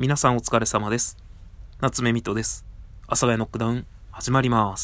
皆さんお疲れ様です。夏目みとです。阿佐ヶ谷ノックダウン始まります。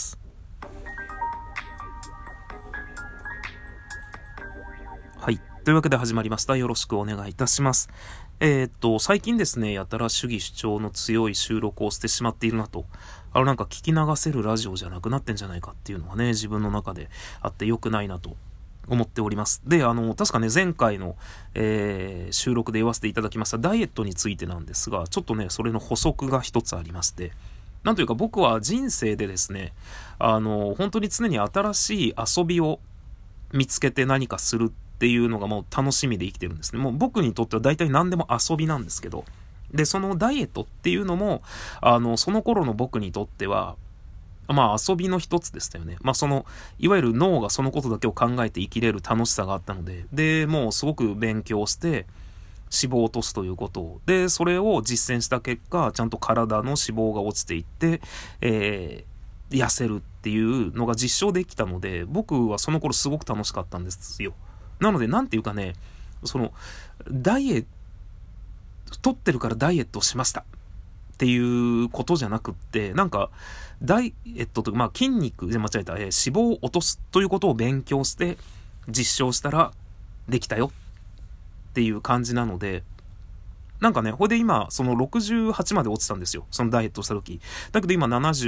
はい。というわけで始まりました。よろしくお願いいたします。最近ですね、やたら主義主張の強い収録をしてしまっているなと。なんか聞き流せるラジオじゃなくなってんじゃないかっていうのはね、自分の中であって良くないなと思っております。で、確かね、前回の、収録で言わせていただきましたダイエットについてなんですが、ちょっとね、それの補足が一つありまして、なんというか僕は人生でですね、本当に常に新しい遊びを見つけて何かするっていうのがもう楽しみで生きてるんですね。もう僕にとっては大体何でも遊びなんですけど、で、そのダイエットっていうのも、その頃の僕にとっては、まあ遊びの一つでしたよね。まあいわゆる脳がそのことだけを考えて生きれる楽しさがあったので、で、もうすごく勉強して、脂肪を落とすということを。で、それを実践した結果、ちゃんと体の脂肪が落ちていって、痩せるっていうのが実証できたので、僕はその頃すごく楽しかったんですよ。なので、なんていうかね、ダイエット、太ってるからダイエットをしました。っていうことじゃなくって、なんか、ダイエットというか、まあ筋肉で間違えた、脂肪を落とすということを勉強して、実証したらできたよっていう感じなので、なんかね、ほいで今、その68まで落ちたんですよ。そのダイエットした時。だけど今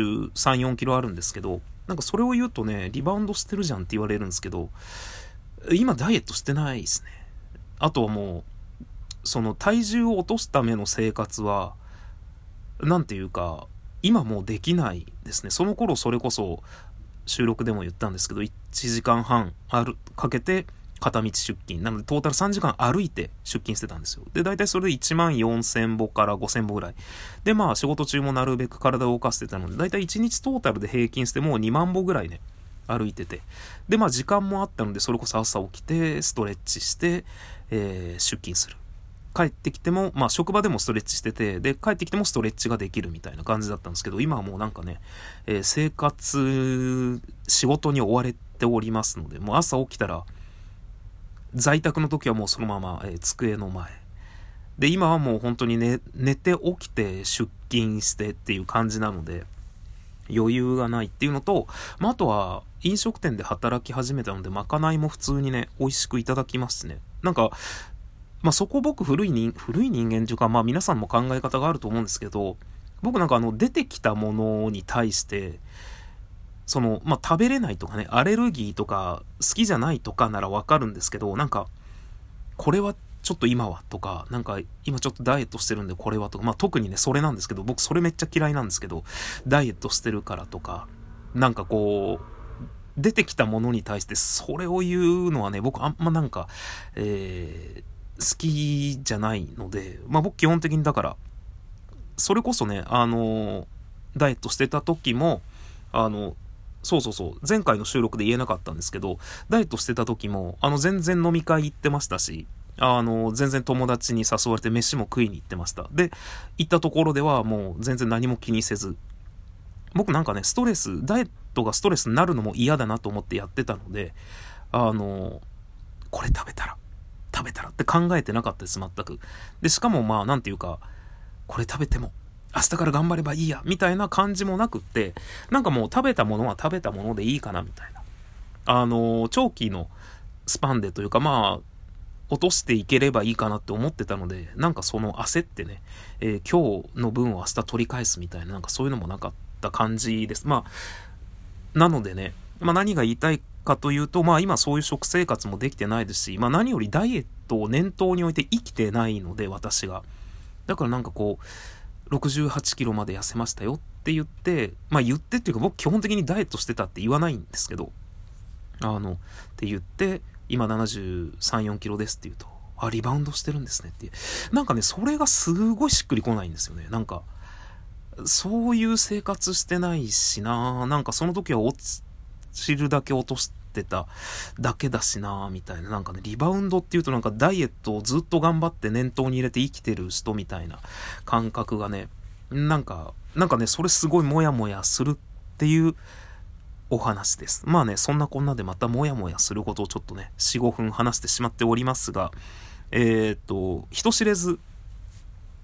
73、4キロあるんですけど、なんかそれを言うとね、リバウンドしてるじゃんって言われるんですけど、今ダイエットしてないですね。あとはもう、その体重を落とすための生活は、なんていうか、今もうできないですね。その頃それこそ収録でも言ったんですけど、1時間半かけて片道出勤。なのでトータル3時間歩いて出勤してたんですよ。で、大体それで1万4000歩から5000歩ぐらい。で、まあ仕事中もなるべく体を動かしてたので、大体1日トータルで平均してもう2万歩ぐらいね、歩いてて。で、まあ時間もあったので、それこそ朝起きて、ストレッチして、出勤する。帰ってきても、まあ職場でもストレッチしてて、で、帰ってきてもストレッチができるみたいな感じだったんですけど、今はもうなんかね、生活、仕事に追われておりますので、もう朝起きたら、在宅の時はもうそのまま、机の前。で、今はもう本当に寝て起きて出勤してっていう感じなので、余裕がないっていうのと、まあ、あとは飲食店で働き始めたので、まかないも普通にね、美味しくいただきますね。なんか、まあ、そこ僕古い人間というか、まあ皆さんも考え方があると思うんですけど、僕なんか出てきたものに対して、まあ食べれないとかね、アレルギーとか好きじゃないとかならわかるんですけど、なんか、これはちょっと今はとか、なんか今ちょっとダイエットしてるんでこれはとか、まあ特にね、それなんですけど、僕それめっちゃ嫌いなんですけど、ダイエットしてるからとか、なんかこう、出てきたものに対してそれを言うのはね、僕あんまなんか、好きじゃないので、まあ僕基本的にだから、それこそね、ダイエットしてた時も、そうそうそう、前回の収録で言えなかったんですけど、ダイエットしてた時も、全然飲み会行ってましたし、全然友達に誘われて飯も食いに行ってました。で、行ったところではもう全然何も気にせず、僕なんかね、ダイエットがストレスになるのも嫌だなと思ってやってたので、これ食べたらって考えてなかったです、全く。で、しかもまあ、なんていうか、これ食べても、明日から頑張ればいいや、みたいな感じもなくって、なんかもう食べたものは食べたものでいいかな、みたいな。長期のスパンでというか、まあ、落としていければいいかなって思ってたので、なんか焦ってね、今日の分を明日取り返すみたいな、なんかそういうのもなかった感じです。まあ、なのでね、まあ何が言いたいかというと、まあ今そういう食生活もできてないですし、まあ何よりダイエットを念頭に置いて生きてないので、私が。だからなんかこう、68キロまで痩せましたよって言って、まあ言ってっていうか僕基本的にダイエットしてたって言わないんですけど、って言って、今73、4キロですって言うと、リバウンドしてるんですねっていう。なんかね、それがすごいしっくりこないんですよね。なんか、そういう生活してないしな、なんかその時は落ちるだけ落としてただけだしな、みたいな。なんかね、リバウンドっていうとなんかダイエットをずっと頑張って念頭に入れて生きてる人みたいな感覚がね、なんかね、それすごいモヤモヤするっていうお話です。まあね、そんなこんなでまたモヤモヤすることをちょっとね、4、5分話してしまっておりますが、人知れず、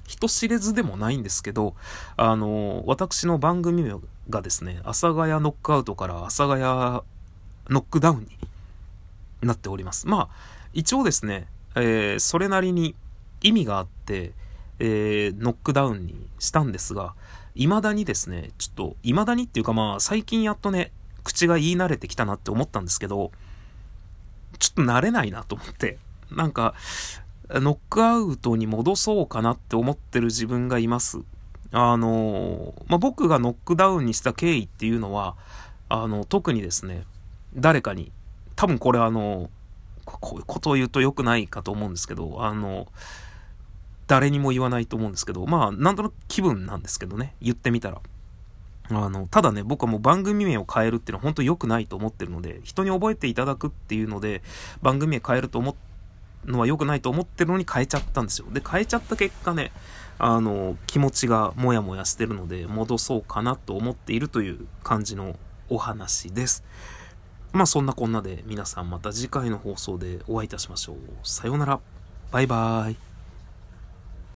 人知れずでもないんですけど、私の番組名がですね、阿佐ヶ谷ノックアウトから阿佐ヶ谷ノックダウンになっております。まあ、一応ですね、それなりに意味があって、ノックダウンにしたんですが、未だにですね、ちょっと、未だにっていうかまあ、最近やっとね、口が言い慣れてきたなって思ったんですけど、ちょっと慣れないなと思って、なんか、ノックアウトに戻そうかなって思ってる自分がいます。僕がノックダウンにした経緯っていうのは、特にですね、誰かに、多分これこういうことを言うと良くないかと思うんですけど、誰にも言わないと思うんですけど、まあ、なんとなく気分なんですけどね、言ってみたら。ただね、僕はもう番組名を変えるっていうのは本当に良くないと思ってるので、人に覚えていただくっていうので、番組名変えるのは良くないと思ってるのに変えちゃったんですよ。で、変えちゃった結果ね、気持ちがもやもやしてるので、戻そうかなと思っているという感じのお話です。まあそんなこんなで皆さんまた次回の放送でお会いいたしましょう。さようなら。バイバーイ。